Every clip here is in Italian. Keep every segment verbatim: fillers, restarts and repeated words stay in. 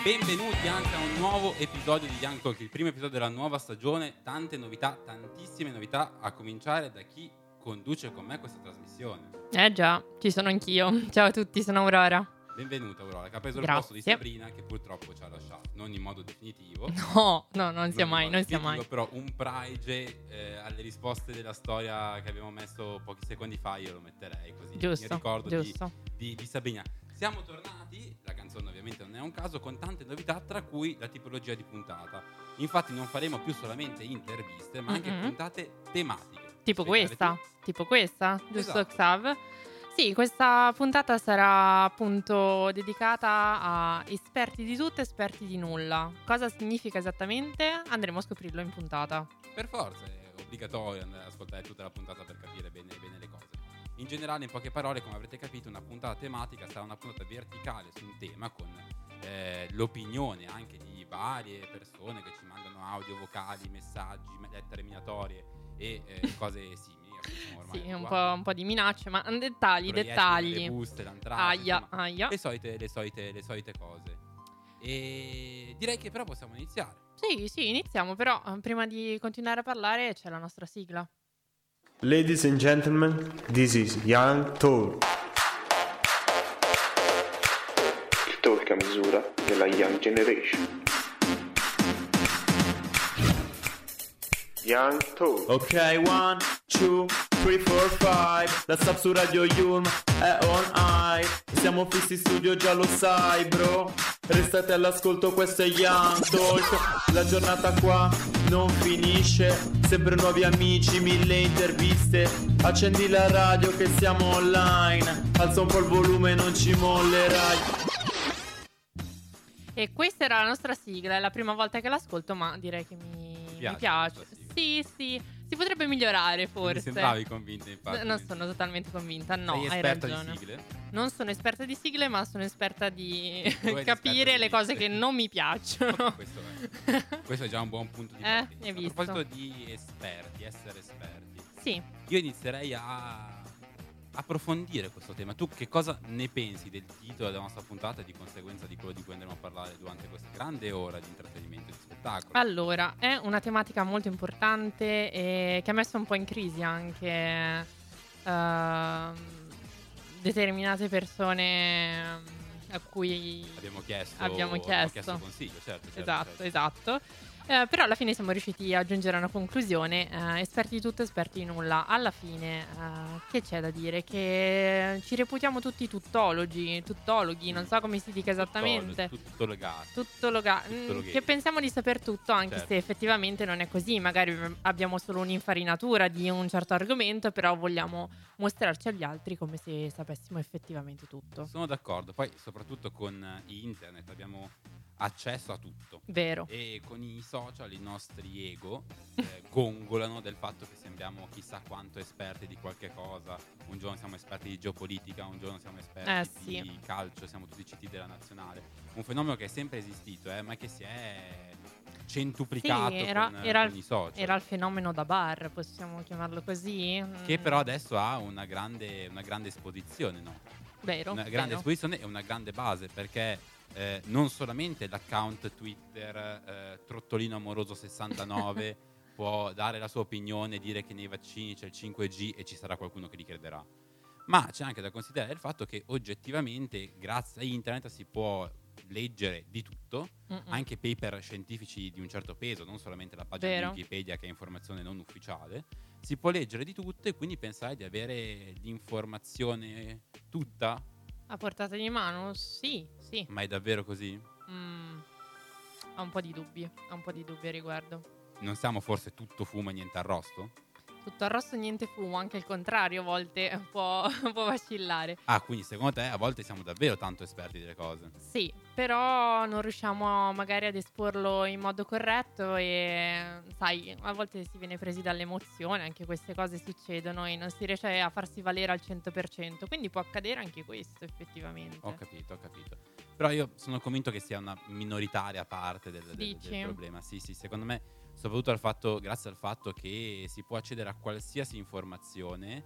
Benvenuti anche a un nuovo episodio di Young Talk, il primo episodio della nuova stagione. Tante novità, tantissime novità, a cominciare da chi conduce con me questa trasmissione. Eh già, ci sono anch'io. Ciao a tutti, sono Aurora. Benvenuta Aurora, che ha preso Grazie. il posto di Sabrina, che purtroppo ci ha lasciato, non in modo definitivo. No, no, non sia in mai, modo non sia definitivo, mai. Però un pride eh, alle risposte della storia che abbiamo messo pochi secondi fa, io lo metterei così. Giusto, Mi ricordo giusto. Di, di, di Sabrina. Siamo tornati, la canzone ovviamente non è un caso, con tante novità, tra cui la tipologia di puntata. Infatti non faremo più solamente interviste, ma anche Mm-mm. puntate tematiche. Tipo Spiegare questa, tu? tipo questa, giusto Esatto. Xav? Sì, questa puntata sarà appunto dedicata a esperti di tutto, esperti di nulla. Cosa significa esattamente? Andremo a scoprirlo in puntata. Per forza, è obbligatorio andare ad ascoltare tutta la puntata per capire bene, bene le cose. In generale, in poche parole, come avrete capito, una puntata tematica sarà una puntata verticale su un tema con eh, l'opinione anche di varie persone che ci mandano audio, vocali, messaggi, lettere minatorie e eh, cose simili. Sì, un po', un po' di minacce, ma dettagli, dettagli. Le buste, l'antrate, Aia, insomma, aia. le solite, le solite, le solite cose. E direi che però possiamo iniziare. Sì, sì, iniziamo, però eh, prima di continuare a parlare c'è la nostra sigla. Ladies and gentlemen, this is Young Talk. Il talk a misura della Young Generation. Young Talk. Ok, one, two, three, four, five. La Sub su Radio Yulm è on high. Siamo fissi in studio, già lo sai, bro. Restate all'ascolto, questo è Young Talk. La giornata qua non finisce. Sempre nuovi amici, mille interviste. Accendi la radio che siamo online. Alza un po' il volume, non ci mollerai. E questa era la nostra sigla, è la prima volta che l'ascolto, ma direi che mi mi piace piace. questa sigla. Sì, sì, si potrebbe migliorare Mi forse. sembravi convinta, infatti. Non sono totalmente convinta, no, Sei hai esperta ragione. di sigle? Non sono esperta di sigle, ma sono esperta di Tu sei capire esperta le di cose sigle. che non mi piacciono. Ok, questo, è, questo è già un buon punto di Eh, partenza. hai A visto. proposito di esperti, essere esperti, Sì, io inizierei a approfondire questo tema. Tu che cosa ne pensi del titolo della nostra puntata e di conseguenza di quello di cui andremo a parlare durante questa grande ora di intrattenimento e di spettacolo? allora, è una tematica molto importante e che ha messo un po' in crisi anche ehm, determinate persone a cui Abbiamo chiesto, abbiamo abbiamo chiesto. consiglio, certo, certo, Esatto, certo. esatto. Eh, però alla fine siamo riusciti a giungere a una conclusione, eh, esperti di tutto, esperti di nulla. Alla fine, eh, che c'è da dire? Che ci reputiamo tutti tuttologi, tuttologhi, non so come si dica esattamente. Tutto, tutto legato. Tuttologa- Tutto mm, loghe. che pensiamo di saper tutto, anche Certo. se effettivamente non è così. Magari abbiamo solo un'infarinatura di un certo argomento, però vogliamo mostrarci agli altri come se sapessimo effettivamente tutto. Sono d'accordo. Poi, soprattutto con internet, abbiamo accesso a tutto. Vero. E con i social i nostri ego eh, gongolano del fatto che sembriamo chissà quanto esperti di qualche cosa. Un giorno siamo esperti di geopolitica, un giorno siamo esperti Eh, di sì. calcio, siamo tutti C T della nazionale. Un fenomeno che è sempre esistito, eh, ma che si è centuplicato Sì, era, con, era con i social. era il fenomeno da bar, possiamo chiamarlo così. Che Mm, però adesso ha una grande, una grande esposizione, no? Vero, Una grande vero. esposizione e una grande base, perché eh, non solamente l'account Twitter eh, Trottolino Amoroso sessantanove può dare la sua opinione e dire che nei vaccini c'è il cinque G e ci sarà qualcuno che li crederà, ma c'è anche da considerare il fatto che oggettivamente grazie a internet si può leggere di tutto, Mm-mm. anche paper scientifici di un certo peso, non solamente la pagina Vero. di Wikipedia che è informazione non ufficiale. Si può leggere di tutto e quindi pensare di avere l'informazione tutta. A portata di mano? Sì, sì. Ma è davvero così? Mm, ho un po' di dubbi, ho un po' di dubbi a riguardo. Non siamo forse tutto fumo e niente arrosto? Tutto arrosto, niente fumo, anche il contrario a volte può, può vacillare. Ah, quindi secondo te a volte siamo davvero tanto esperti delle cose? Sì, però non riusciamo magari ad esporlo in modo corretto e sai, a volte si viene presi dall'emozione, anche queste cose succedono e non si riesce a farsi valere al cento per cento, quindi può accadere anche questo effettivamente. Ho capito, ho capito. Però io sono convinto che sia una minoritaria parte del, del, Dici? del problema. Sì, sì, secondo me, soprattutto al fatto, grazie al fatto che si può accedere a qualsiasi informazione,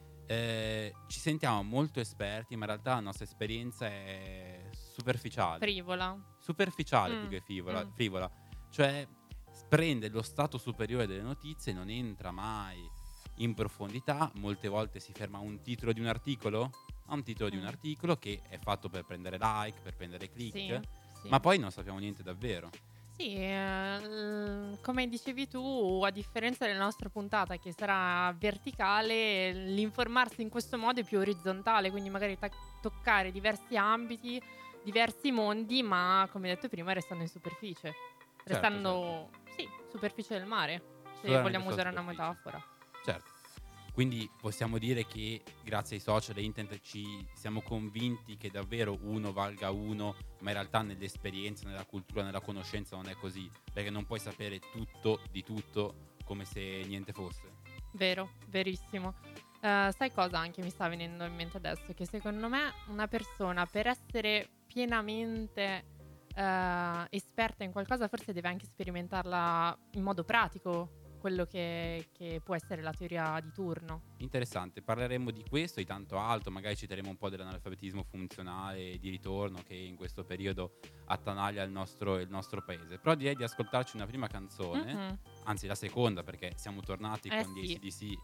eh, ci sentiamo molto esperti, ma in realtà la nostra esperienza è superficiale. Frivola. superficiale Mm, più che frivola, mm. frivola. Cioè prende lo stato superiore delle notizie, non entra mai in profondità, molte volte si ferma a un titolo di un articolo, a un titolo di un Mm. articolo che è fatto per prendere like, per prendere click, Sì, sì. ma poi non sappiamo niente davvero. Sì, eh, l- come dicevi tu, a differenza della nostra puntata che sarà verticale, l'informarsi in questo modo è più orizzontale, quindi magari ta- toccare diversi ambiti, diversi mondi, ma come detto prima restando in superficie, restando, sì, superficie del mare, se Solamente vogliamo sulla usare una superficie. metafora. Certo. Quindi possiamo dire che grazie ai social e internet ci siamo convinti che davvero uno valga uno, ma in realtà nell'esperienza, nella cultura, nella conoscenza non è così, perché non puoi sapere tutto di tutto come se niente fosse. Vero, verissimo. Eh, sai cosa anche mi sta venendo in mente adesso? Che secondo me una persona per essere pienamente eh, esperta in qualcosa forse deve anche sperimentarla in modo pratico, quello che, che può essere la teoria di turno. Interessante, parleremo di questo e di tanto altro, magari citeremo un po' dell'analfabetismo funzionale di ritorno che in questo periodo attanaglia il nostro, il nostro paese. Però direi di ascoltarci una prima canzone, Mhm. anzi la seconda, perché siamo tornati Eh con sì. gli A C D C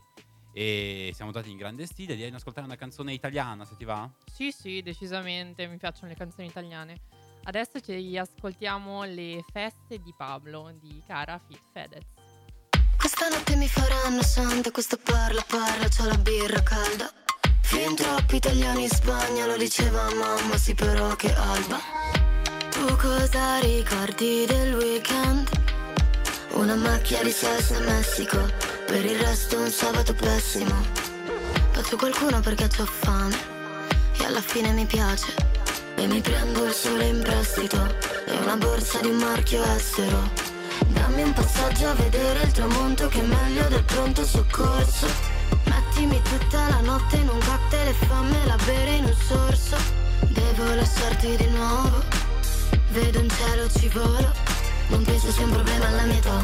e siamo tornati in grande stile. Direi di ascoltare una canzone italiana, se ti va? Sì, sì, decisamente, mi piacciono le canzoni italiane. Adesso ci ascoltiamo Le feste di Pablo di Cara Fit Fedez. Questa notte mi faranno santa, questo parla parla, c'ho la birra calda. Fin troppi italiani in Spagna, lo diceva mamma, sì però che alba. Tu cosa ricordi del weekend? Una macchia di salsa a Messico, per il resto un sabato pessimo. Faccio qualcuno perché c'ho fame, e alla fine mi piace. E mi prendo il sole in prestito, e una borsa di un marchio estero. Dammi un passaggio a vedere il tramonto che è meglio del pronto soccorso. Mettimi tutta la notte in un cocktail e fammela bere in un sorso. Devo lasciarti di nuovo, vedo in cielo ci volo. Non penso sia un problema alla mia età.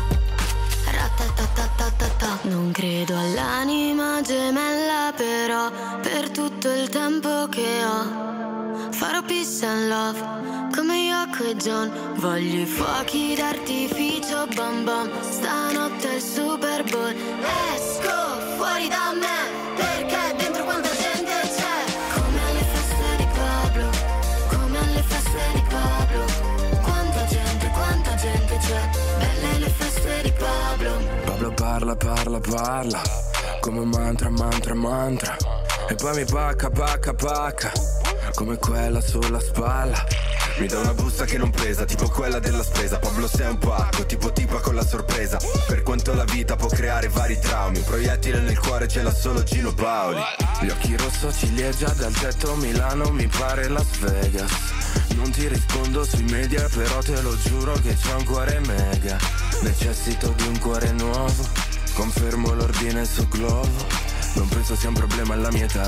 Ratatatatata. Non credo all'anima gemella però, per tutto il tempo che ho farò peace and love, come Yoko e John. Voglio i fuochi d'artificio, bam bam. Stanotte è il Super Bowl. Esco fuori da me, perché dentro quanta gente c'è. Come alle feste di Pablo, come alle feste di Pablo. Quanta gente, quanta gente c'è. Belle le feste di Pablo. Pablo parla, parla, parla, come un mantra, mantra, mantra. E poi mi pacca, pacca, pacca, come quella sulla spalla. Mi dà una busta che non pesa, tipo quella della spesa. Pablo sei un pacco, tipo tipa con la sorpresa. Per quanto la vita può creare vari traumi, un proiettile nel cuore ce l'ha solo Gino Paoli. Gli occhi rosso ciliegia, dal tetto Milano mi pare Las Vegas. Non ti rispondo sui media, però te lo giuro che c'ho un cuore mega. Necessito di un cuore nuovo, confermo l'ordine su Glovo. Non penso sia un problema alla mia età.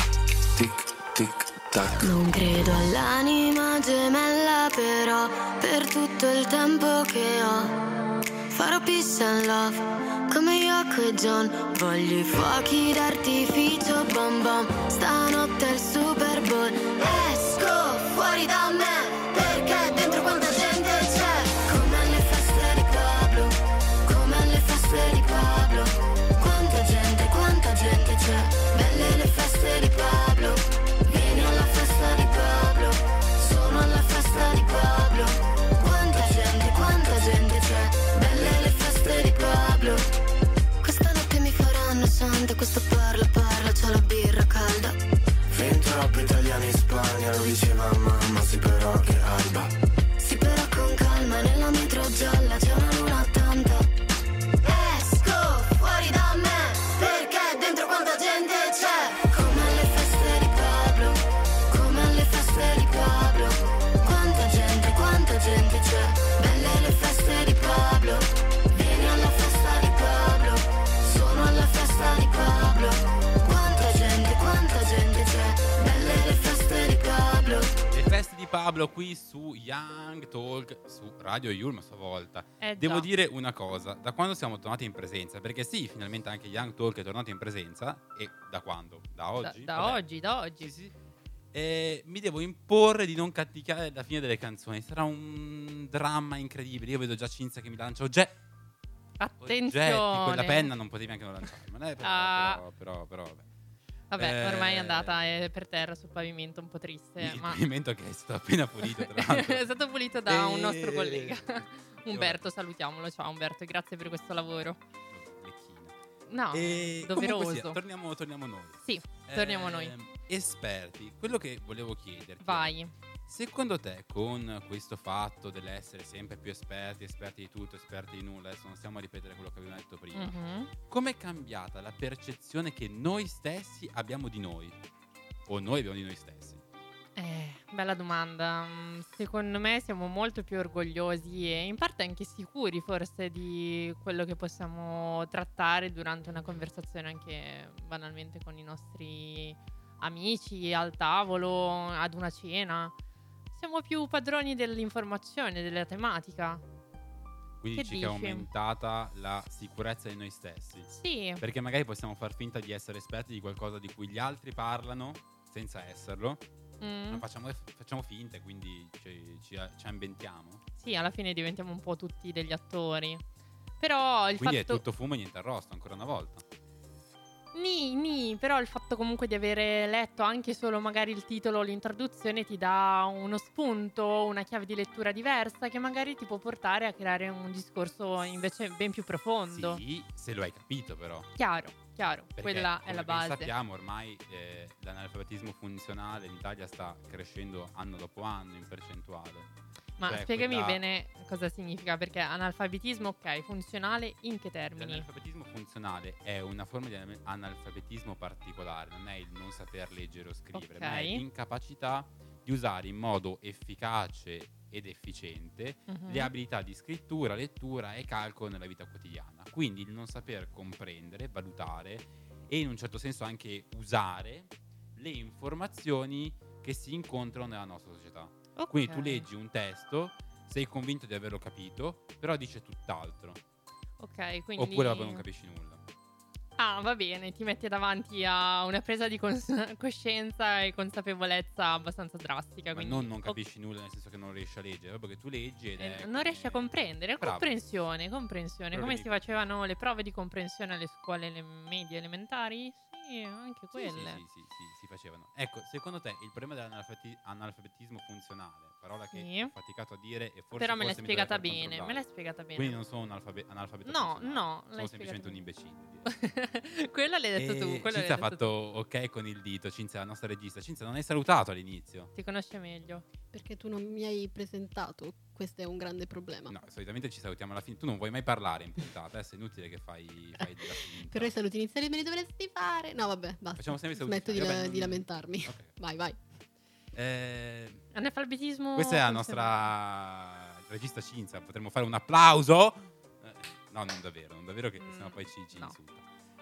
Tic, tic. Non credo all'anima gemella però, per tutto il tempo che ho farò peace and love, come Yoko e John. Voglio i fuochi d'artificio, bam bam. Stanotte è il Super Bowl. Esco fuori da me, perché dentro quanta gente c'è. Come alle feste di Pablo, come alle feste di Pablo. Quanta gente, quanta gente c'è. Belle le feste di Pablo. Vieni alla festa di Pablo, sono alla festa di Pablo. Quanta gente, quanta gente c'è. Belle le feste di Pablo. Questa notte mi faranno santa, questo parla parla, c'ho la birra calda. Fin troppi italiani in Spagna, lo diceva mamma, sì però che alba. Sì però con calma, nella metro gialla c'è una luna tanta. Esco fuori da me, perché dentro quanta gente c'è. Come alle feste di Pablo, come alle feste di Pablo. Quanta gente, quanta gente c'è. Belle le feste di Pablo. Vieni alla festa di Pablo, sono alla festa di Pablo. Quanta gente, quanta gente c'è. Belle le feste di Pablo. Le feste di Pablo qui su Young Talk, su Radio Yulm a sua volta. Eh Devo già. dire una cosa, da quando siamo tornati in presenza, perché sì, finalmente anche Young Talk è tornato in presenza, e da quando? Da Da, oggi? da Vabbè. oggi, da oggi. Sì, sì. E mi devo imporre di non canticchiare alla fine delle canzoni. Sarà un dramma incredibile. Io vedo già Cinzia che mi lancia oggetti. Attenzione. Oggetti, quella penna non potevi anche non lanciarmela. Eh, però, Ah. però, però, però, vabbè. Vabbè, ormai è Eh, andata è per terra sul pavimento, un po' triste. Il ma pavimento che è stato appena pulito, tra l'altro. è stato pulito da un E- nostro collega. Sì, Umberto, salutiamolo. Ciao Umberto, e grazie per questo lavoro. Lecchino. No, E doveroso. comunque sia, torniamo, torniamo noi. Sì, torniamo noi. Ehm, Esperti, quello che volevo chiederti. Vai. è, secondo te, con questo fatto dell'essere sempre più esperti, esperti di tutto, esperti di nulla, adesso non stiamo a ripetere quello che abbiamo detto prima, Mhm. com'è cambiata la percezione che noi stessi abbiamo di noi? O noi abbiamo di noi stessi? Eh, bella domanda. Mm, Secondo me siamo molto più orgogliosi e in parte anche sicuri forse di quello che possiamo trattare durante una conversazione anche banalmente con i nostri amici, al tavolo, ad una cena. Siamo più padroni dell'informazione, della tematica. Quindi Che dici che è dici? aumentata la sicurezza di noi stessi? Sì, Perché magari possiamo far finta di essere esperti di qualcosa di cui gli altri parlano senza esserlo. mm, Ma facciamo, facciamo finta, quindi ci, ci, ci inventiamo. sì, alla fine diventiamo un po' tutti degli attori. Però il Quindi fatto... è tutto fumo e niente arrosto, ancora una volta. Ni, ni, però il fatto comunque di avere letto anche solo magari il titolo o l'introduzione ti dà uno spunto, una chiave di lettura diversa che magari ti può portare a creare un discorso invece ben più profondo. Sì, se lo hai capito però. Chiaro, chiaro, Perché, quella è come la ben base. sappiamo ormai eh, l'analfabetismo funzionale in Italia sta crescendo anno dopo anno in percentuale. Ma cioè, spiegami quella- bene cosa significa, perché analfabetismo, ok, funzionale in che termini? L'analfabetismo funzionale è una forma di anal- analfabetismo particolare, non è il non saper leggere o scrivere, ma è Ok. l'incapacità di usare in modo efficace ed efficiente Mhm. le abilità di scrittura, lettura e calcolo nella vita quotidiana. Quindi il non saper comprendere, valutare e in un certo senso anche usare le informazioni che si incontrano nella nostra società. Ok. Quindi tu leggi un testo, sei convinto di averlo capito, però dice tutt'altro. Ok, quindi... Oppure vabbè, non capisci nulla. Ah, va bene, ti metti davanti a una presa di cons- coscienza e consapevolezza abbastanza drastica. Ma quindi- non non ok. capisci nulla nel senso che non riesci a leggere, proprio che tu leggi ed Eh, è non riesci a come- comprendere, Bravo. comprensione, comprensione, Quello come che si dico. facevano le prove di comprensione alle scuole le medie elementari? Sì, anche Sì, quelle. Sì, sì, sì, sì, si facevano. Ecco, secondo te il problema dell'analfabetismo funzionale, parola che Sì. ho faticato a dire e forse Però me l'hai forse mi dovrei spiegata far bene, me controllare. l'hai spiegata bene. Quindi non sono un alfabe- analfabeto No, funzionale, no, sono l'hai semplicemente un spiegato imbecille. direi. Quella l'hai detto E tu, quello l'hai Cinzia ha detto fatto tu. ok con il dito. Cinzia è la nostra regista. Cinzia non hai salutato all'inizio. Ti conosce meglio. Perché tu non mi hai presentato. Questo è un grande problema. No, solitamente ci salutiamo alla fine. Tu non vuoi mai parlare in puntata, adesso è inutile che fai, fai della finta. Però i saluti iniziali me li dovresti fare. No, vabbè, basta. Facciamo sempre i saluti Smetto di, finali. la- Vabbè, di non- lamentarmi. Ok. Vai, vai. Eh, Analfabetismo. questa è la funzionale. nostra regista Cinzia. Potremmo fare un applauso. Eh, no, non davvero, non davvero che Mm, sennò poi ci, ci no. insulta.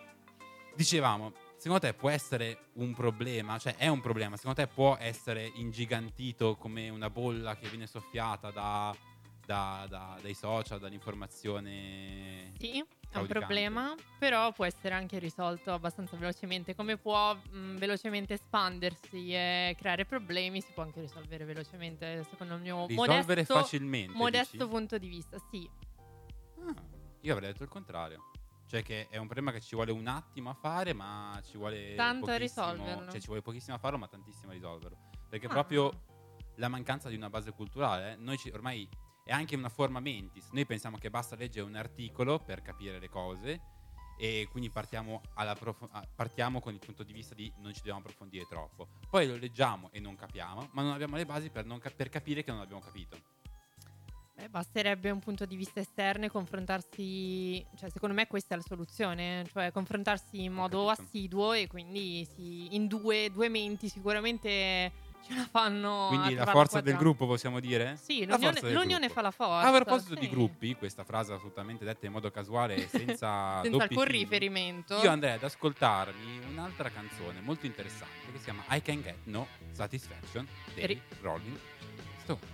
Dicevamo, secondo te può essere un problema? Cioè è un problema? Secondo te può essere ingigantito come una bolla che viene soffiata da, da- da- dai social, dall'informazione? Sì, è un claudicante? problema, però può essere anche risolto abbastanza velocemente. Come può mh, velocemente espandersi e creare problemi, si può anche risolvere velocemente, secondo il mio Risolvere modesto, facilmente, modesto dici? punto di vista. Sì, Ah, io avrei detto il contrario. Cioè che è un problema che ci vuole un attimo a fare, ma ci vuole Tanto a pochissimo- risolverlo. Cioè ci vuole pochissimo a farlo, ma tantissimo a risolverlo. Perché Ah. proprio la mancanza di una base culturale, eh, noi ci- ormai è anche una forma mentis. Noi pensiamo che basta leggere un articolo per capire le cose e quindi partiamo, alla profo- a- partiamo con il punto di vista di non ci dobbiamo approfondire troppo. Poi lo leggiamo e non capiamo, ma non abbiamo le basi per, non cap- per capire che non abbiamo capito. Beh, basterebbe un punto di vista esterno e confrontarsi, cioè secondo me questa è la soluzione, cioè confrontarsi in Ho modo capito. assiduo e quindi si- in due, due menti sicuramente ce la fanno. a Quindi la trovare forza quadra- del gruppo, possiamo dire? Sì, La l'unione, forza del l'unione gruppo. fa la forza. A proposito di sì. gruppi, questa frase assolutamente detta in modo casuale e senza, Senza doppi alcun fili, riferimento. io andrei ad ascoltarmi un'altra canzone molto interessante che si chiama I Can Get No Satisfaction dei Ri- Rolling Stones.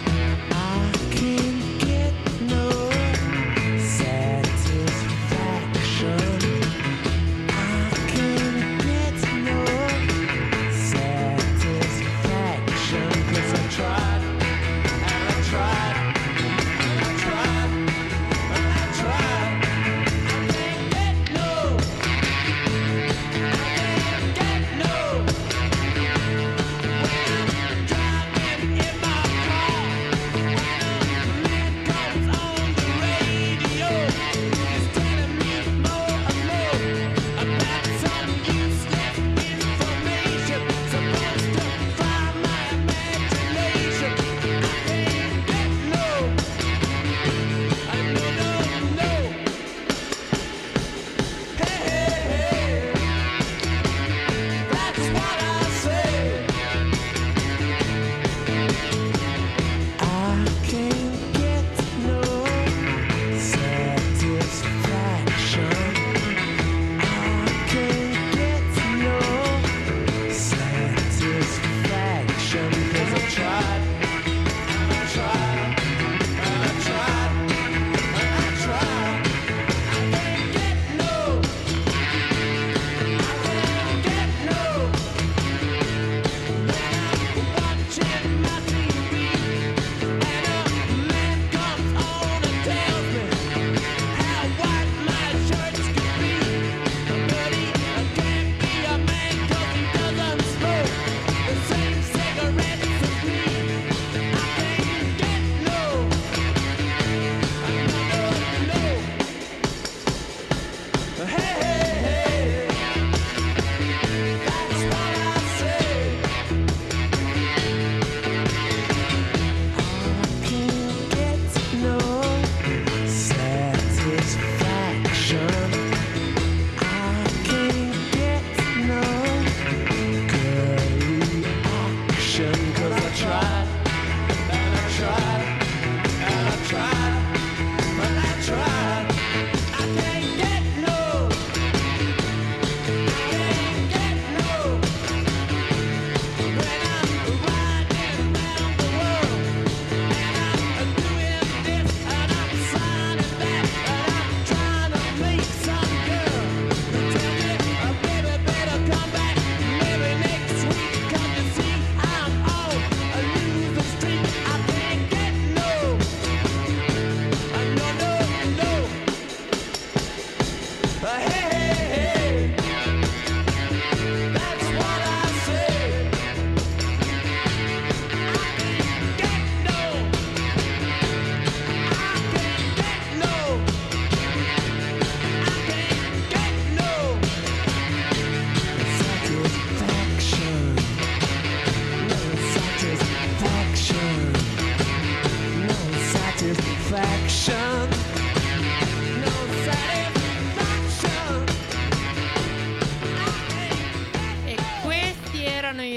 I can't get no satisfaction.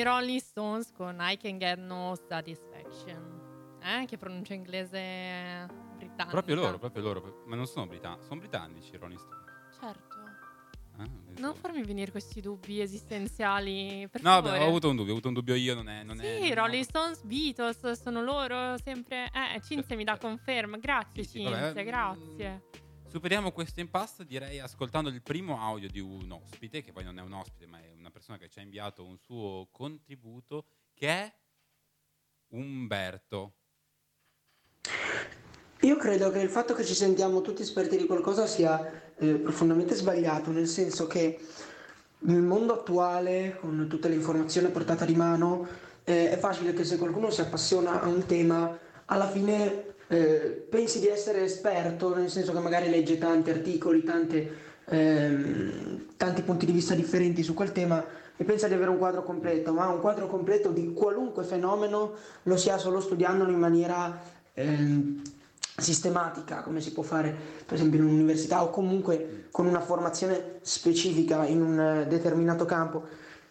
Rolling Stones con I Can Get No Satisfaction. Eh? Che pronuncia inglese britannica. Proprio loro, proprio loro. Ma non sono britannici, sono britannici i Rolling Stones. Certo. Ah, non farmi venire questi dubbi esistenziali, per no, favore. beh, ho avuto un dubbio, ho avuto un dubbio io, non è... Non sì, è, non Rolling Stones, Beatles, sono loro sempre... Eh, Cinzia mi dà conferma, grazie sì, sì, Cinzia, vabbè. grazie. Superiamo questo impasse, direi, ascoltando il primo audio di un ospite, che poi non è un ospite, ma è una persona che ci ha inviato un suo contributo, che è Umberto. Io credo che il fatto che ci sentiamo tutti esperti di qualcosa sia eh, profondamente sbagliato, nel senso che nel mondo attuale, con tutte le informazioni a portata di mano, eh, è facile che se qualcuno si appassiona a un tema, alla fine eh, pensi di essere esperto, nel senso che magari legge tanti articoli, tante, ehm, tanti punti di vista differenti su quel tema e pensa di avere un quadro completo, ma un quadro completo di qualunque fenomeno lo si ha solo studiandolo in maniera... Ehm, sistematica, come si può fare per esempio in un'università o comunque con una formazione specifica in un determinato campo.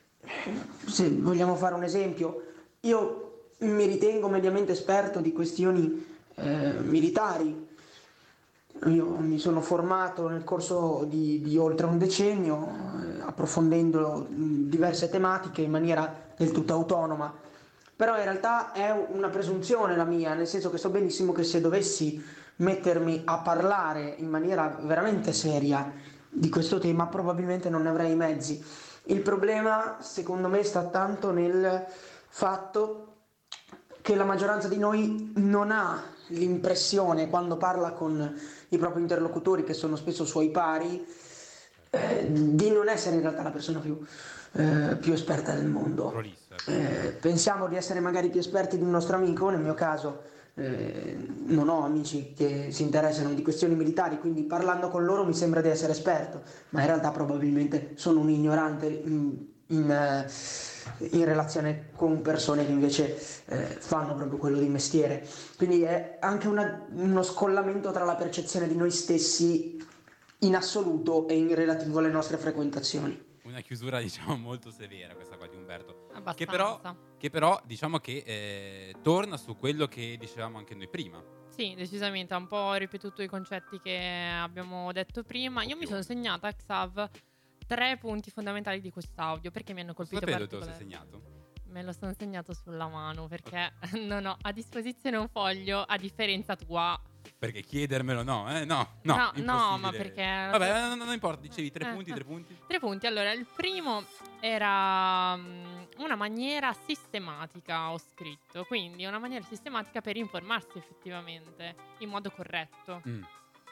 Se vogliamo fare un esempio, io mi ritengo mediamente esperto di questioni eh, militari. Io mi sono formato nel corso di, di oltre un decennio eh, approfondendo diverse tematiche in maniera del tutto autonoma. Però in realtà è una presunzione la mia, nel senso che so benissimo che se dovessi mettermi a parlare in maniera veramente seria di questo tema probabilmente non ne avrei i mezzi. Il problema secondo me sta tanto nel fatto che la maggioranza di noi non ha l'impressione, quando parla con i propri interlocutori che sono spesso suoi pari, eh, di non essere in realtà la persona più... Eh, più esperta del mondo. Eh, pensiamo di essere magari più esperti di un nostro amico, nel mio caso eh, non ho amici che si interessano di questioni militari, quindi parlando con loro mi sembra di essere esperto, ma in realtà probabilmente sono un ignorante in, in, eh, in relazione con persone che invece eh, fanno proprio quello di mestiere. Quindi è anche una, uno scollamento tra la percezione di noi stessi in assoluto e in relativo alle nostre frequentazioni. Una chiusura, diciamo, molto severa questa qua di Umberto. Abbastanza. Che però, che però diciamo che eh, torna su quello che dicevamo anche noi prima. Sì, decisamente, ha un po' ripetuto i concetti che abbiamo detto prima. Io mi sono segnata, Xav, tre punti fondamentali di quest'audio, perché mi hanno colpito particolarmente. Te lo sei segnato? Me lo sono segnato sulla mano, perché okay. non ho a disposizione un foglio, a differenza tua. Perché chiedermelo no, eh? No, no, no, no, ma perché... Vabbè, non, non importa, dicevi tre eh, punti, tre punti. Tre punti, allora, il primo era um, una maniera sistematica, ho scritto, quindi una maniera sistematica per informarsi effettivamente, in modo corretto. Mm.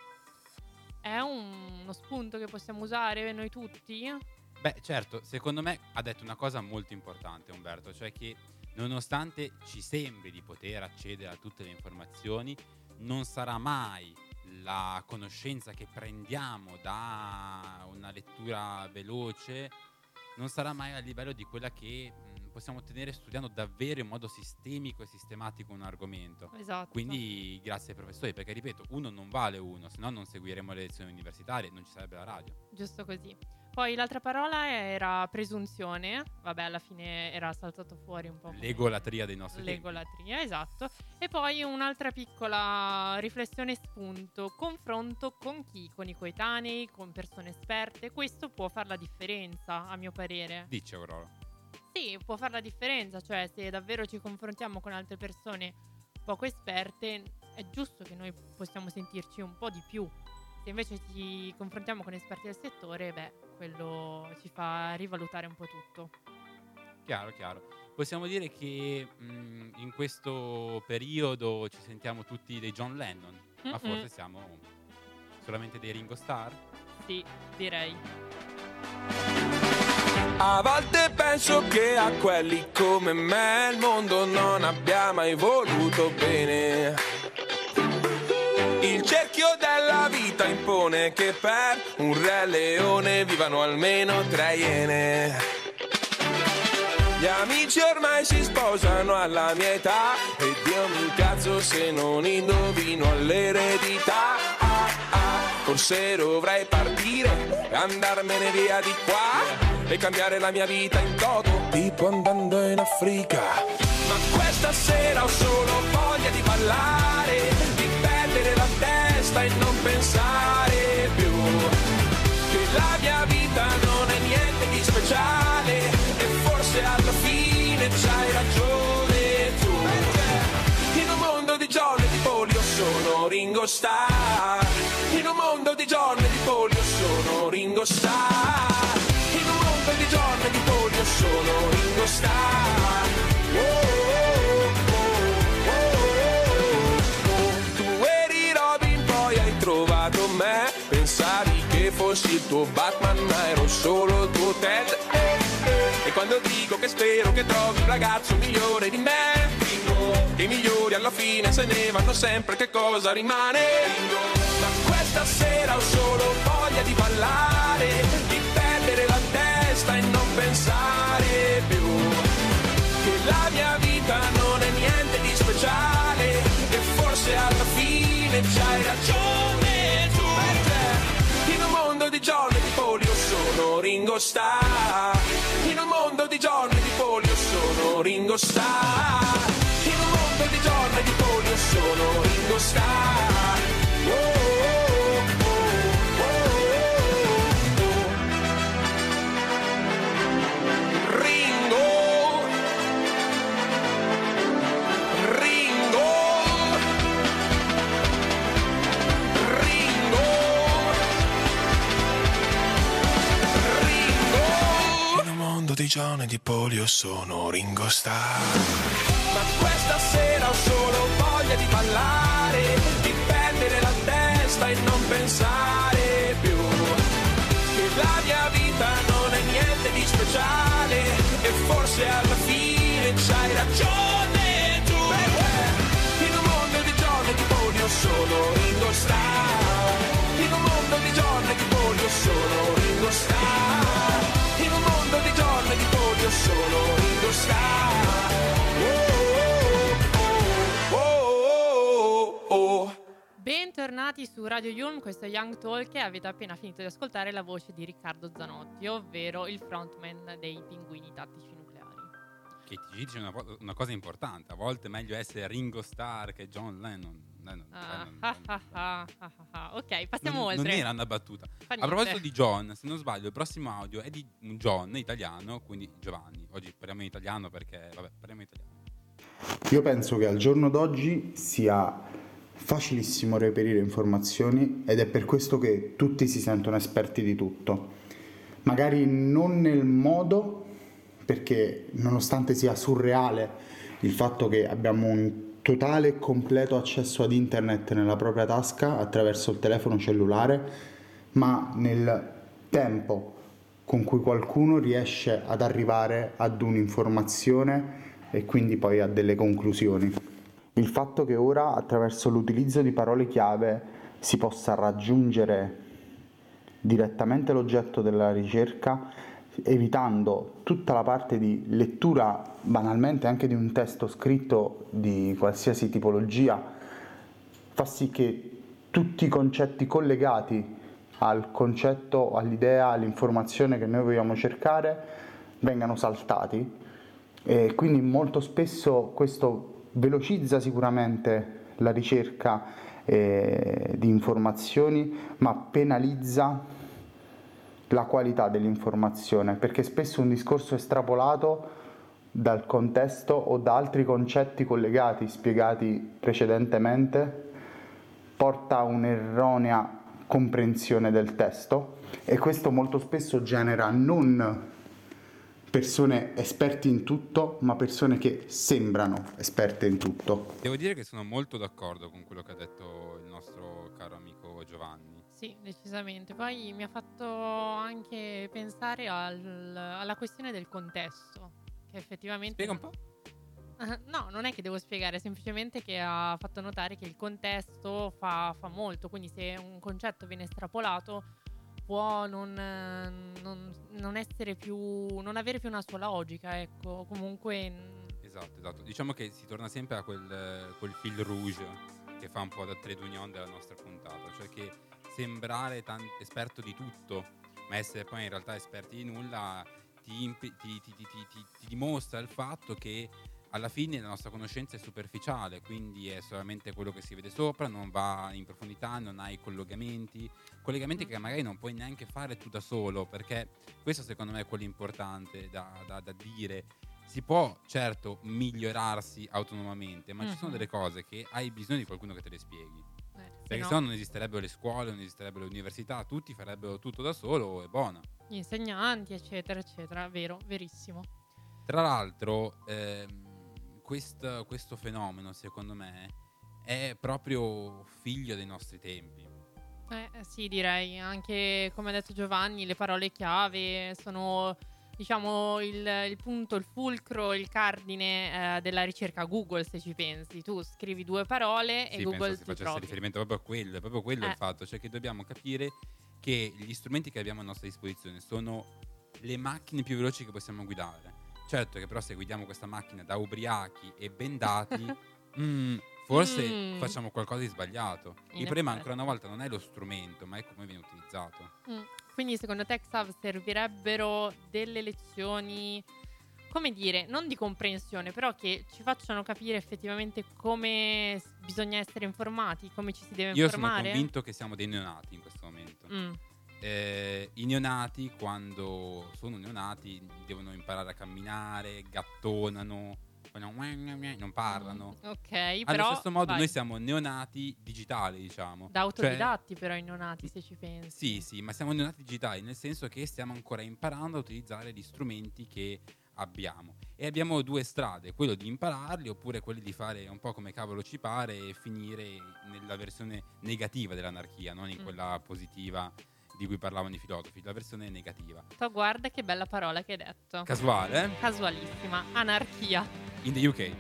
È un, uno spunto che possiamo usare noi tutti? Beh, certo, secondo me ha detto una cosa molto importante Umberto, cioè che nonostante ci sembri di poter accedere a tutte le informazioni, non sarà mai la conoscenza che prendiamo da una lettura veloce, non sarà mai a livello di quella che mh, possiamo ottenere studiando davvero in modo sistemico e sistematico un argomento. Esatto. Quindi grazie ai professori, perché ripeto, uno non vale uno, se no non seguiremo le lezioni universitarie, non ci sarebbe la radio. Giusto così. Poi l'altra parola era presunzione, vabbè alla fine era saltato fuori un po'. L'egolatria dei nostri L'egolatria, tempi. esatto. E poi un'altra piccola riflessione spunto, confronto con chi? Con i coetanei, con persone esperte, questo può far la differenza a mio parere. Dice Aurora. Sì, può far la differenza, cioè se davvero ci confrontiamo con altre persone poco esperte è giusto che noi possiamo sentirci un po' di più. Se invece ci confrontiamo con esperti del settore, beh, quello ci fa rivalutare un po' tutto. Chiaro, chiaro. Possiamo dire che mh, in questo periodo ci sentiamo tutti dei John Lennon, Mm-mm. ma forse siamo solamente dei Ringo Starr? Sì, direi. A volte penso che a quelli come me il mondo non abbia mai voluto bene. Il cerchio della vita impone che per un re leone vivano almeno tre iene. Gli amici ormai si sposano alla mia età e Dio mi incazzo se non indovino all'eredità. Ah, ah, forse dovrei partire e andarmene via di qua. e cambiare la mia vita in toto, tipo andando in Africa. Ma questa sera ho solo voglia di ballare, di perdere la testa e non pensare più che la mia vita non è niente di speciale e forse alla fine c'hai ragione tu. In un mondo di John e di Paul io sono Ringo Starr. In un mondo di John e di Paul io sono Ringo Starr. In un mondo di John e di Paul io sono Ringo Starr. Oh, oh, oh, oh, oh. Tu eri Robin, poi hai trovato me. Pensavi che fossi il tuo Batman, ma ero solo il tuo Ted. E quando dico che spero che trovi un ragazzo migliore di me, che i migliori alla fine se ne vanno sempre, che cosa rimane? Ma questa sera ho solo voglia di ballare, di perdere la testa e non pensare più che la mia vita non è niente di speciale e forse alla fine c'hai ragione tu. Perché in un mondo di John e di Paul io sono Ringo Starr. In un mondo di John e di Paul io sono Ringo Starr. In un mondo di John e di Paul io sono Ringo Starr. Oh, oh, oh, oh, oh. Ringo, Ringo, Ringo, Ringo. In un mondo di John e di Paul io sono Ringo Starr. Ma questa sera ho solo voglia di ballare, di perdere la testa e non pensare più che la mia vita non è niente di speciale e forse alla fine c'hai ragione tu. Perché in un mondo di John e di Paul io sono Ringo Starr. In un mondo di John e di Paul io sono Ringo Starr. In un mondo di John e di Paul io sono Ringo Starr. Bentornati su Radio Yulm, questo è Young Talk e avete appena finito di ascoltare la voce di Riccardo Zanotti, ovvero il frontman dei Pinguini Tattici Nucleari. Che ti dice una, una cosa importante, a volte è meglio essere Ringo Starr che John Lennon. Lennon, Ah, Lennon, ah, Lennon. ah, ah, ah, ah. Ok, passiamo non, oltre. Non era una battuta. Fa A niente. proposito di John, se non sbaglio, il prossimo audio è di un John italiano, quindi Giovanni. Oggi parliamo in italiano perché, vabbè, parliamo in italiano. Io penso che al giorno d'oggi sia facilissimo reperire informazioni ed è per questo che tutti si sentono esperti di tutto. Magari non nel modo, perché nonostante sia surreale il fatto che abbiamo un totale e completo accesso ad internet nella propria tasca attraverso il telefono cellulare, ma nel tempo con cui qualcuno riesce ad arrivare ad un'informazione e quindi poi a delle conclusioni. Il fatto che ora attraverso l'utilizzo di parole chiave si possa raggiungere direttamente l'oggetto della ricerca, evitando tutta la parte di lettura banalmente anche di un testo scritto di qualsiasi tipologia, fa sì che tutti i concetti collegati al concetto, all'idea, all'informazione che noi vogliamo cercare vengano saltati, e quindi molto spesso questo velocizza sicuramente la ricerca eh, di informazioni, ma penalizza la qualità dell'informazione, perché spesso un discorso estrapolato dal contesto o da altri concetti collegati, spiegati precedentemente, porta a un'erronea comprensione del testo, e questo molto spesso genera non persone esperti in tutto, ma persone che sembrano esperte in tutto. Devo dire che sono molto d'accordo con quello che ha detto il nostro caro amico Giovanni. Sì, decisamente. Poi mi ha fatto anche pensare al- alla questione del contesto, che effettivamente... Spiega un po'. No, non è che devo spiegare, semplicemente che ha fatto notare che il contesto fa, fa molto, quindi se un concetto viene estrapolato può non, eh, non, non essere più, non avere più una sua logica, ecco, comunque... mm, Esatto, esatto. Diciamo che si torna sempre a quel, quel fil rouge che fa un po' da trade union della nostra puntata, cioè che sembrare tan- esperto di tutto, ma essere poi in realtà esperti di nulla, ti, imp- ti, ti, ti, ti, ti, ti dimostra il fatto che alla fine la nostra conoscenza è superficiale, quindi è solamente quello che si vede sopra, non va in profondità, non hai collegamenti, collegamenti che magari non puoi neanche fare tu da solo, perché questo secondo me è quello importante da, da, da dire. Si può certo migliorarsi autonomamente, ma Mhm. ci sono delle cose che hai bisogno di qualcuno che te le spieghi. Eh, se Perché no, se no non esisterebbero le scuole, non esisterebbero le università, tutti farebbero tutto da solo e buona. gli insegnanti, eccetera, eccetera. Vero, verissimo. Tra l'altro, ehm, quest- questo fenomeno, secondo me, è proprio figlio dei nostri tempi. Eh, eh, sì, direi. Anche come ha detto Giovanni, le parole chiave sono, diciamo, il, il punto, il fulcro, il cardine eh, della ricerca Google, se ci pensi. Tu scrivi due parole e Sì, Google penso si ti facesse trovi. riferimento proprio a quello, è proprio quello Eh. il fatto, cioè che dobbiamo capire che gli strumenti che abbiamo a nostra disposizione sono le macchine più veloci che possiamo guidare. Certo che però se guidiamo questa macchina da ubriachi e bendati, mm, forse Mm. facciamo qualcosa di sbagliato. In Il problema effetti. ancora una volta non è lo strumento, ma è come viene utilizzato. Mm. Quindi secondo te, Xav, servirebbero delle lezioni, come dire, non di comprensione, però che ci facciano capire effettivamente come s- bisogna essere informati, come ci si deve Io sono informare? convinto che siamo dei neonati in questo momento. Mm. Eh, I neonati, quando sono neonati, devono imparare a camminare, gattonano, non parlano. Ok, Allo però stesso modo vai. noi siamo neonati digitali, diciamo. da Cioè, autodidatti però i neonati, se ci pensi. sì, sì, ma siamo neonati digitali, nel senso che stiamo ancora imparando a utilizzare gli strumenti che abbiamo. E abbiamo due strade, quello di impararli oppure quelli di fare un po' come cavolo ci pare e finire nella versione negativa dell'anarchia, non in Mm. quella positiva di cui parlavano i filosofi, la versione negativa. To, guarda che bella parola che hai detto. Casuale, eh? Casualissima, anarchia. In the U K.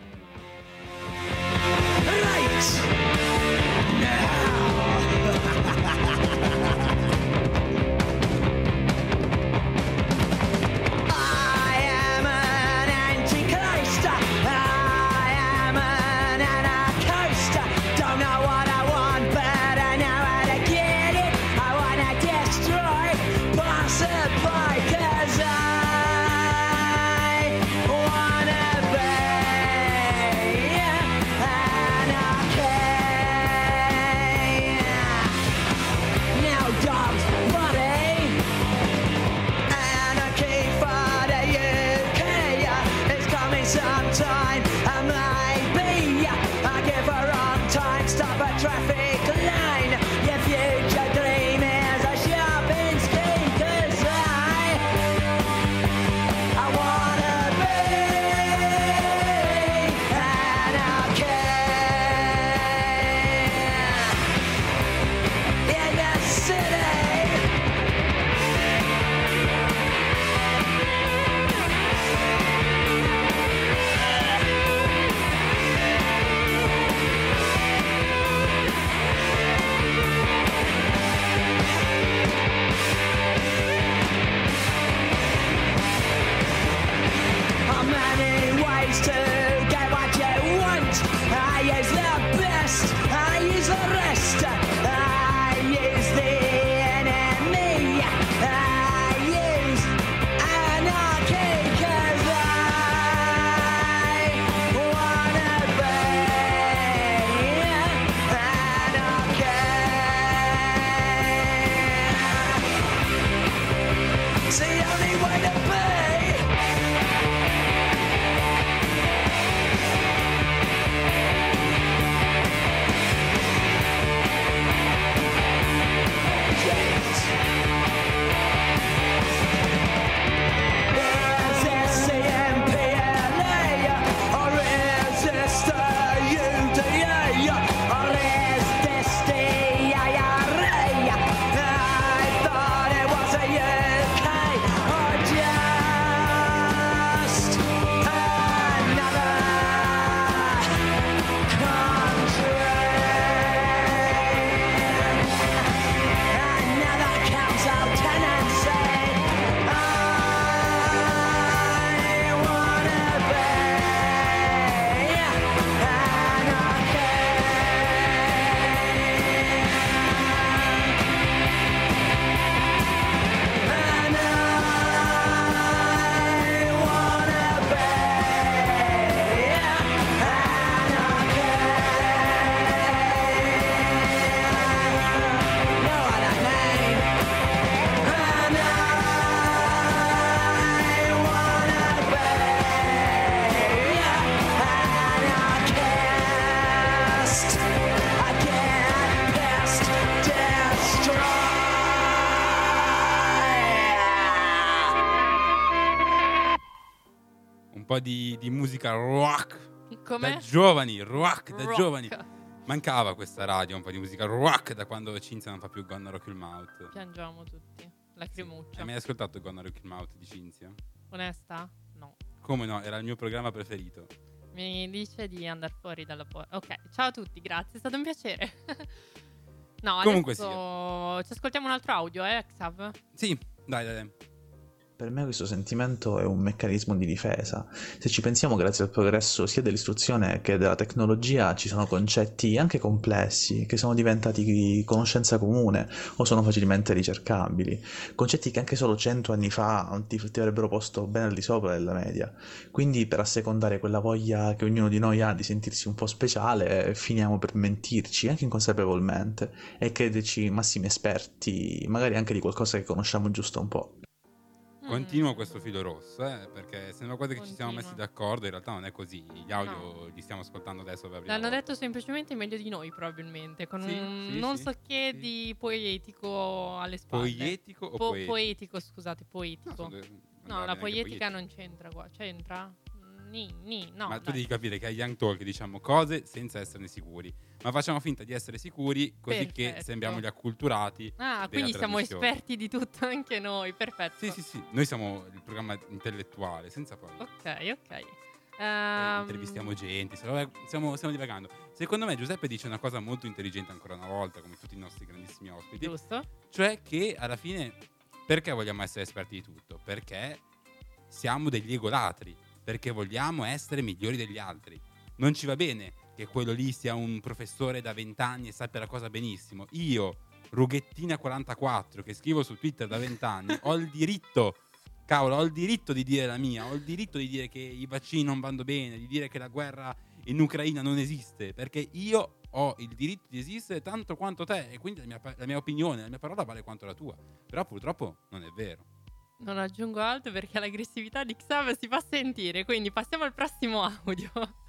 I am an anti-Christ. I am an anarchist. Don't know what I want, but I know how to get it. I wanna destroy, possibly, 'cause I wanna be anarchy. Now dogs, buddy. Anarchy for the U K is coming sometime, and maybe I give a wrong time, stop a traffic line. Your future dream is a shopping scheme, 'cause I, I wanna be anarchy in the city. Many ways to get what you want. I use the best, I use the rest. I use the enemy. I use anarchy, 'cause I wanna be anarchy. It's the only way to be. po' di, di musica rock. Com'è? Da giovani, rock, da Rock. giovani. Mancava questa radio, un po' di musica rock da quando Cinzia non fa più Gonna Rock Your Mouth. Piangiamo tutti. Lacrimuccia. Hai mai ascoltato Gonna Rock Your Mouth di Cinzia? Onesta? No. Come no, era il mio programma preferito. Mi dice di andare fuori dalla porta. Ok, ciao a tutti, grazie, è stato un piacere. No, Comunque adesso ci ascoltiamo un altro audio, eh, Xav? Sì, dai, dai, dai. Per me questo sentimento è un meccanismo di difesa. Se ci pensiamo, grazie al progresso sia dell'istruzione che della tecnologia ci sono concetti anche complessi che sono diventati conoscenza comune o sono facilmente ricercabili, concetti che anche solo cento anni fa ti, ti avrebbero posto ben al di sopra della media. Quindi, per assecondare quella voglia che ognuno di noi ha di sentirsi un po' speciale, finiamo per mentirci anche inconsapevolmente e crederci massimi esperti, magari anche di qualcosa che conosciamo giusto un po'. Continuo questo filo rosso, eh, perché sembra quasi che ci siamo Continua. messi d'accordo, in realtà non è così. Gli audio No. li stiamo ascoltando adesso per la prima L'hanno volta. detto semplicemente meglio di noi, probabilmente, con Sì, un sì, non sì, so che sì. di poetico alle spalle. Poetico o Po- poetico? poetico, scusate, poetico. No, sono due- No, non la neanche poetica poetico. non c'entra qua. C'entra? Ni, ni, no. Ma tu dai. devi capire che a Young Talk diciamo cose senza esserne sicuri, ma facciamo finta di essere sicuri così che Perfetto. sembriamo gli acculturati. Ah, della quindi siamo trasmissione. esperti di tutto anche noi, perfetto. Sì, sì, sì, noi siamo il programma intellettuale, senza poi. Ok, ok. Eh, Ehm, intervistiamo gente, stiamo, stiamo, stiamo divagando. Secondo me Giuseppe dice una cosa molto intelligente ancora una volta, come tutti i nostri grandissimi ospiti. Giusto. Cioè che alla fine, perché vogliamo essere esperti di tutto? Perché siamo degli egolatri, perché vogliamo essere migliori degli altri. Non ci va bene che quello lì sia un professore da vent'anni e sappia la cosa benissimo. Io, Rughettina quarantaquattro, che scrivo su Twitter da vent'anni, ho il diritto, cavolo, ho il diritto di dire la mia, ho il diritto di dire che i vaccini non vanno bene, di dire che la guerra in Ucraina non esiste, perché io ho il diritto di esistere tanto quanto te, e quindi la mia, pa- la mia opinione, la mia parola vale quanto la tua. Però purtroppo non è vero. Non aggiungo altro perché l'aggressività di Xav si fa sentire, quindi passiamo al prossimo audio.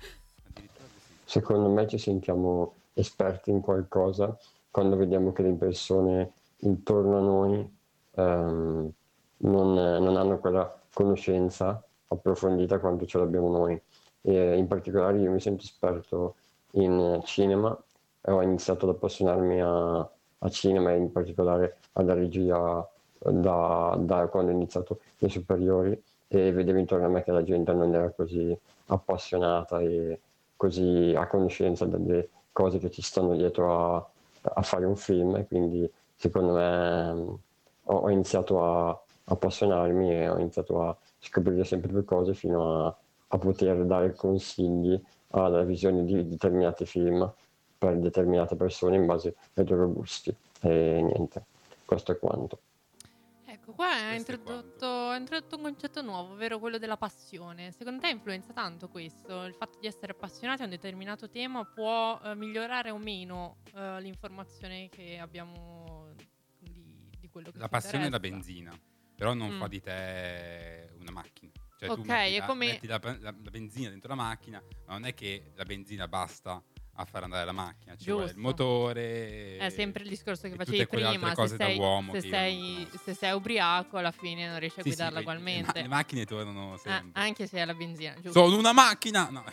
Secondo me ci sentiamo esperti in qualcosa quando vediamo che le persone intorno a noi ehm, non, non hanno quella conoscenza approfondita quanto ce l'abbiamo noi. E in particolare io mi sento esperto in cinema e ho iniziato ad appassionarmi a, a cinema e in particolare alla regia da, da quando ho iniziato le superiori, e vedevo intorno a me che la gente non era così appassionata e così a conoscenza delle cose che ci stanno dietro a, a fare un film, e quindi secondo me mh, ho, ho iniziato a appassionarmi e ho iniziato a scoprire sempre più cose fino a, a poter dare consigli alla visione di determinati film per determinate persone in base ai loro gusti. E niente, questo è quanto. Ecco, qua ha introdotto, ha introdotto un concetto nuovo, ovvero quello della passione. Secondo te influenza tanto questo? Il fatto di essere appassionati a un determinato tema può eh, migliorare o meno eh, l'informazione che abbiamo di, di quello che La ci passione è la interessa? benzina, però non Mm. fa di te una macchina. Cioè Ok, tu metti, è la, come- metti la, la- la benzina dentro la macchina, ma non è che la benzina basta a far andare la macchina, ci vuole il Giusto. motore. È sempre il discorso che e facevi tutte quelle altre prima, cose se da sei, uomo se, che io non sei, se sei ubriaco alla fine non riesci a Sì, sì, guidarla le- le ugualmente. ma- Le macchine tornano Ah, sempre. anche se è la benzina, giusto? Sono una macchina! No.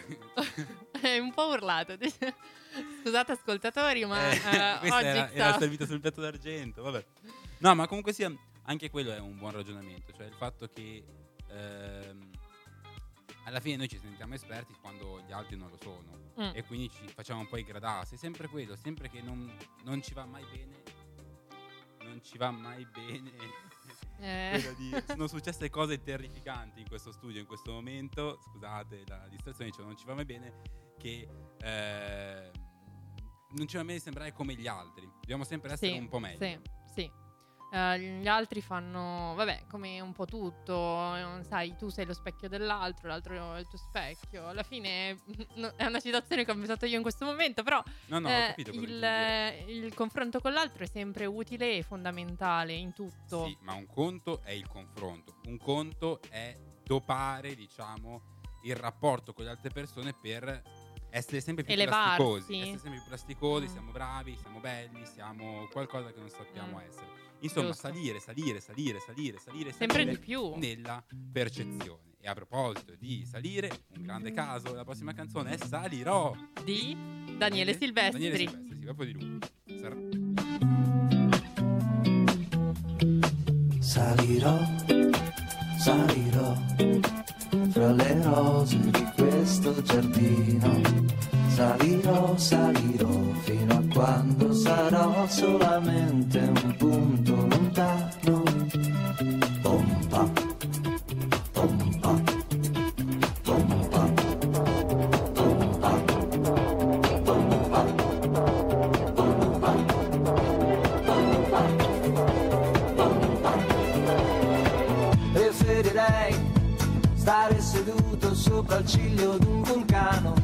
È un po' urlato. Scusate ascoltatori, ma Eh, eh, questa oggi era, Xav- era servita sul piatto d'argento, vabbè. No, ma comunque sia, anche quello è un buon ragionamento, cioè il fatto che ehm, alla fine noi ci sentiamo esperti quando gli altri non lo sono, Mm. e quindi ci facciamo un po' i gradassi. È sempre quello, sempre che non, non ci va mai bene, non ci va mai bene. Eh. Quello di- sono successe cose terrificanti in questo studio in questo momento, scusate la distrazione, cioè non ci va mai bene che ehm, non ci va bene sembrare come gli altri, dobbiamo sempre essere Sì, un po' meglio. Sì, sì. Eh, gli altri fanno, vabbè, come un po' tutto, eh, sai, tu sei lo specchio dell'altro, l'altro è il tuo specchio. Alla fine no, è una situazione che ho pensato io in questo momento, però No, no, ho eh, capito cosa il, intendi dire. eh, il confronto con l'altro è sempre utile e fondamentale in tutto. Sì, ma un conto è il confronto, un conto è dopare, diciamo, il rapporto con le altre persone per essere sempre più Elevarsi. plasticosi, essere sempre più plasticosi, Mm. siamo bravi, siamo belli, siamo qualcosa che non sappiamo Mm. essere. Insomma, Giusto. salire, salire, salire, salire, salire, Sempre salire di più. nella percezione. E a proposito di salire, un grande caso, la prossima canzone è Salirò di Daniele Silvestri. Daniele Silvestri, sì, proprio di lui. Salirò, salirò fra le rose di questo giardino. Salirò, salirò fino a quando sarò solamente un punto lontano. Pompa, pompa, pompa, pompa, pompa, pompa, pompa. Preferirei stare seduto sopra il ciglio d'un vulcano.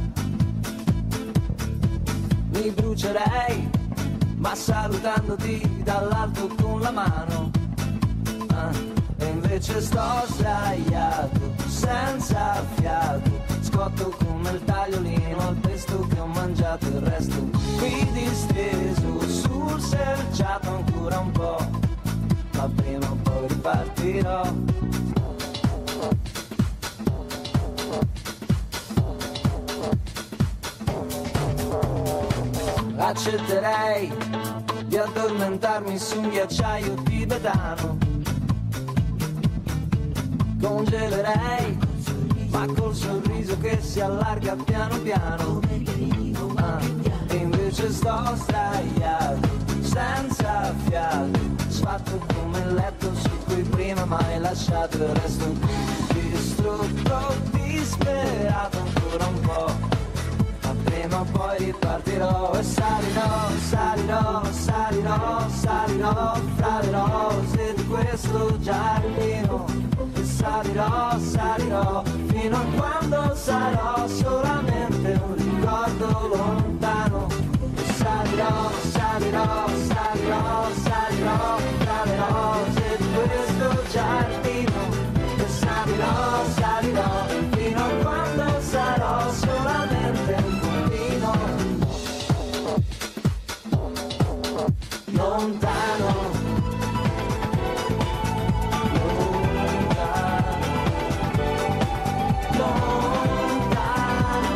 Mi brucerei, ma salutandoti dall'alto con la mano. Ah, e invece sto sdraiato, senza fiato, scotto come il tagliolino al pesto che ho mangiato il resto. Qui disteso sul selciato ancora un po', ma prima o poi ripartirò. Accetterei di addormentarmi su un ghiacciaio tibetano. Congelerei, ma col sorriso che si allarga piano piano. Ah, e invece sto sdraiato, senza fiato, sfatto come il letto su cui prima mai lasciato. Il resto distrutto, disperato ancora un po', prima o poi ripartirò. E salirò, salirò, salirò, salirò fra le rose di questo giardino. E salirò, salirò fino a quando sarò solamente un ricordo lontano. E salirò, salirò, salirò, salirò fra le rose di questo giardino. E salirò, salirò fino a quando sarò solamente un lontano, lontano, lontano.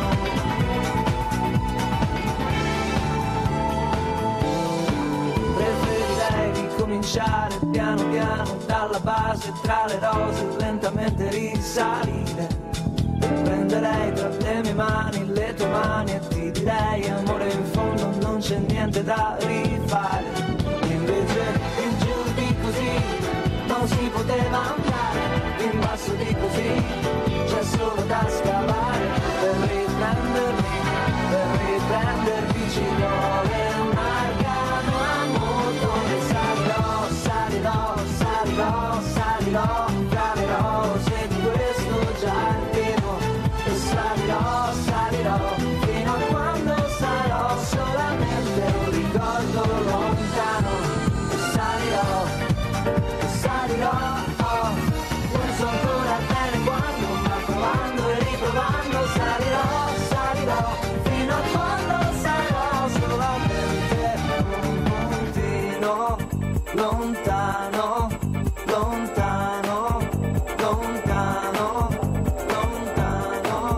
Preferirei ricominciare piano piano dalla base tra le rose, lentamente risalire. E prenderei tra le mie mani le tue mani e ti direi: amore, in fondo non c'è niente da rifare. Invece in giù di così non si poteva andare, in basso di così c'è solo da scavare. Per riprendermi, per riprendermi ci vuole un arcano a motore. Salirò, salirò, salirò, salirò tra le rose di questo giardino. E salirò, salirò fino a quando sarò solamente un ricordo lontano. E salirò, e salirò, oh, non so ancora bene quando, ma provando e riprovando salirò, salirò fino a quando sarò solamente un puntino lontano, lontano, lontano, lontano,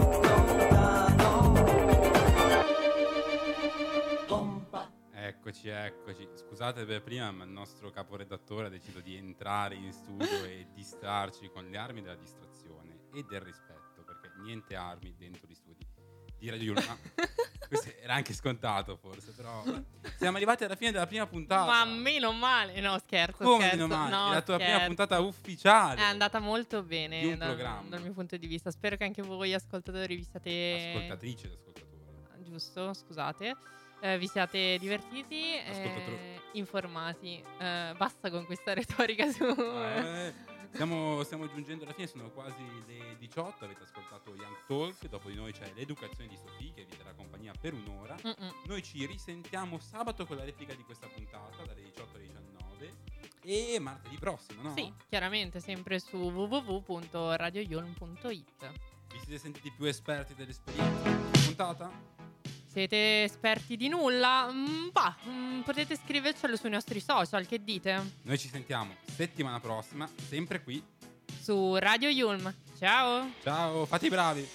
lontano. Eccoci, eccoci. Scusate per prima, ma il nostro caporedattore ha deciso di entrare in studio e distrarci con le armi della distrazione e del rispetto, perché niente armi dentro gli studi di Radio Yulma. Questo era anche scontato forse, però siamo arrivati alla fine della prima puntata. Ma meno male, no scherzo, Come scherzo. meno male? No, È la tua scherzo. prima puntata ufficiale. È andata molto bene di un dal, programma. dal mio punto di vista. Spero che anche voi ascoltatori vi siate Ascoltatrici ed ascoltatori. Giusto, scusate. Eh, vi siate divertiti, Ascoltatori. eh, informati. Eh, basta con questa retorica su Eh, stiamo, stiamo giungendo alla fine, sono quasi le diciotto. Avete ascoltato Young Talk. Dopo di noi c'è l'educazione di Sofì, che vi terrà compagnia per un'ora. Mm-mm. Noi ci risentiamo sabato con la replica di questa puntata dalle diciotto alle diciannove e martedì prossimo, no? Sì, chiaramente sempre su w w w punto radio yulm punto it. Vi siete sentiti più esperti dell'esperienza di puntata? Siete esperti di nulla? Mm, bah, mm, potete scrivercelo sui nostri social, che dite? Noi ci sentiamo settimana prossima, sempre qui su Radio Yulm. Ciao. Ciao, fate i bravi.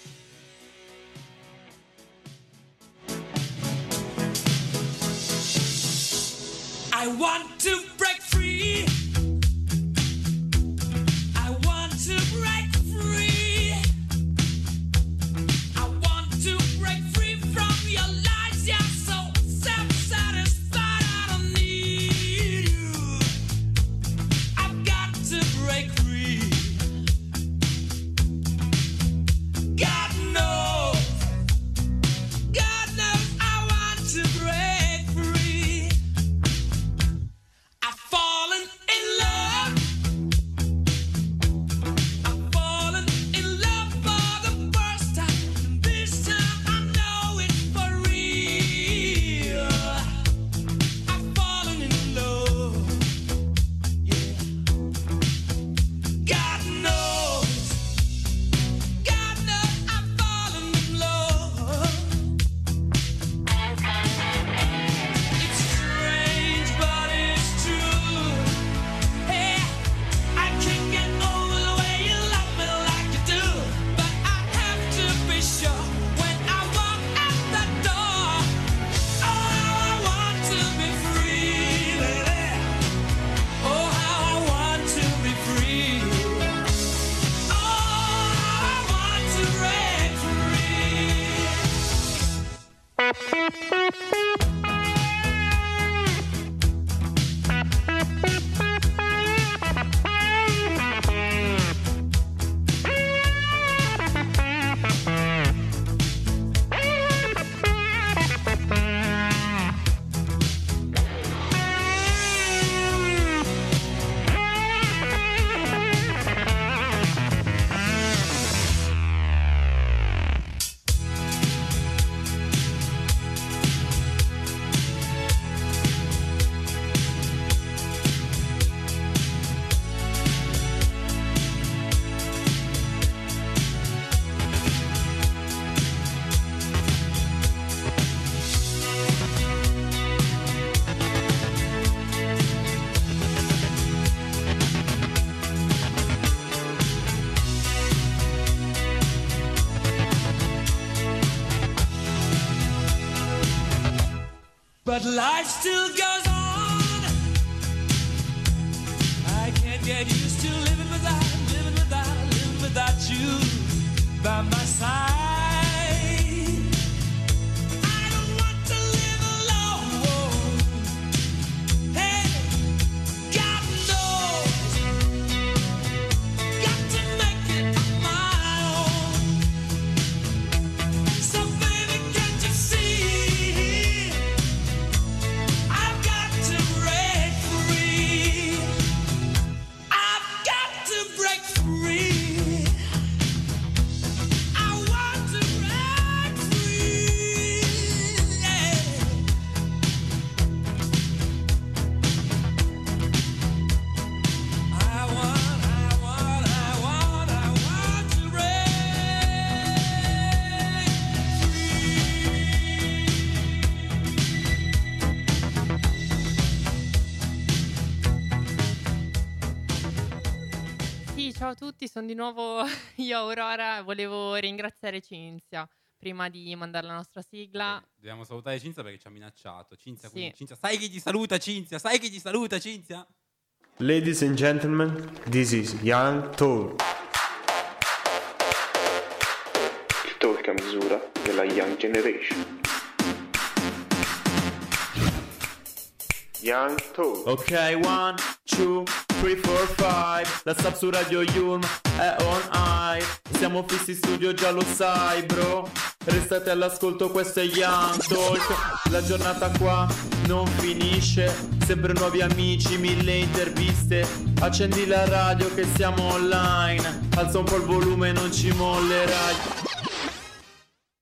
I want to break free. I want to break free. I want to break free from your lies. You're so self-satisfied. I don't need you. I've got to break free. God knows. God knows I want to break free. I've fallen in love. I've fallen in love for the first time. And this time I know it's for real. I've fallen in love. Yeah. God knows. God knows I've fallen in love. It's strange, but it's true. Hey, I can't get over the way you love me like you do. But I have to be sure when I walk out the door. Oh, how I want to be free, baby. Oh, how I want to be free. Oh, how I want to break But life still goes on. I can't get used to living without, living without, living without you by my side. I don't want to live alone. Hey, God knows. Got to make it on my own. So baby, can't you see? I've got to break free. I've got to break free. I want to break free. Yeah. I want, I want, I want, I want to break Sì, ciao a tutti, sono di nuovo io Aurora. Volevo ringraziare Cinzia prima di mandare la nostra sigla. Dobbiamo salutare Cinzia perché ci ha minacciato. Cinzia, Sì. quindi, Cinzia, sai chi ti saluta, Cinzia? Sai chi ti saluta, Cinzia? Ladies and gentlemen, this is Young Talk. Il talk a misura della Young Generation. Young Talk. Ok, one, two, three, four, five. La Sub su Radio Yulm è on air. Siamo fissi in studio, già lo sai, bro. Restate all'ascolto, questo è Young Talk. La giornata qua non finisce. Sempre nuovi amici, mille interviste. Accendi la radio che siamo online. Alza un po' il volume, non ci mollerai.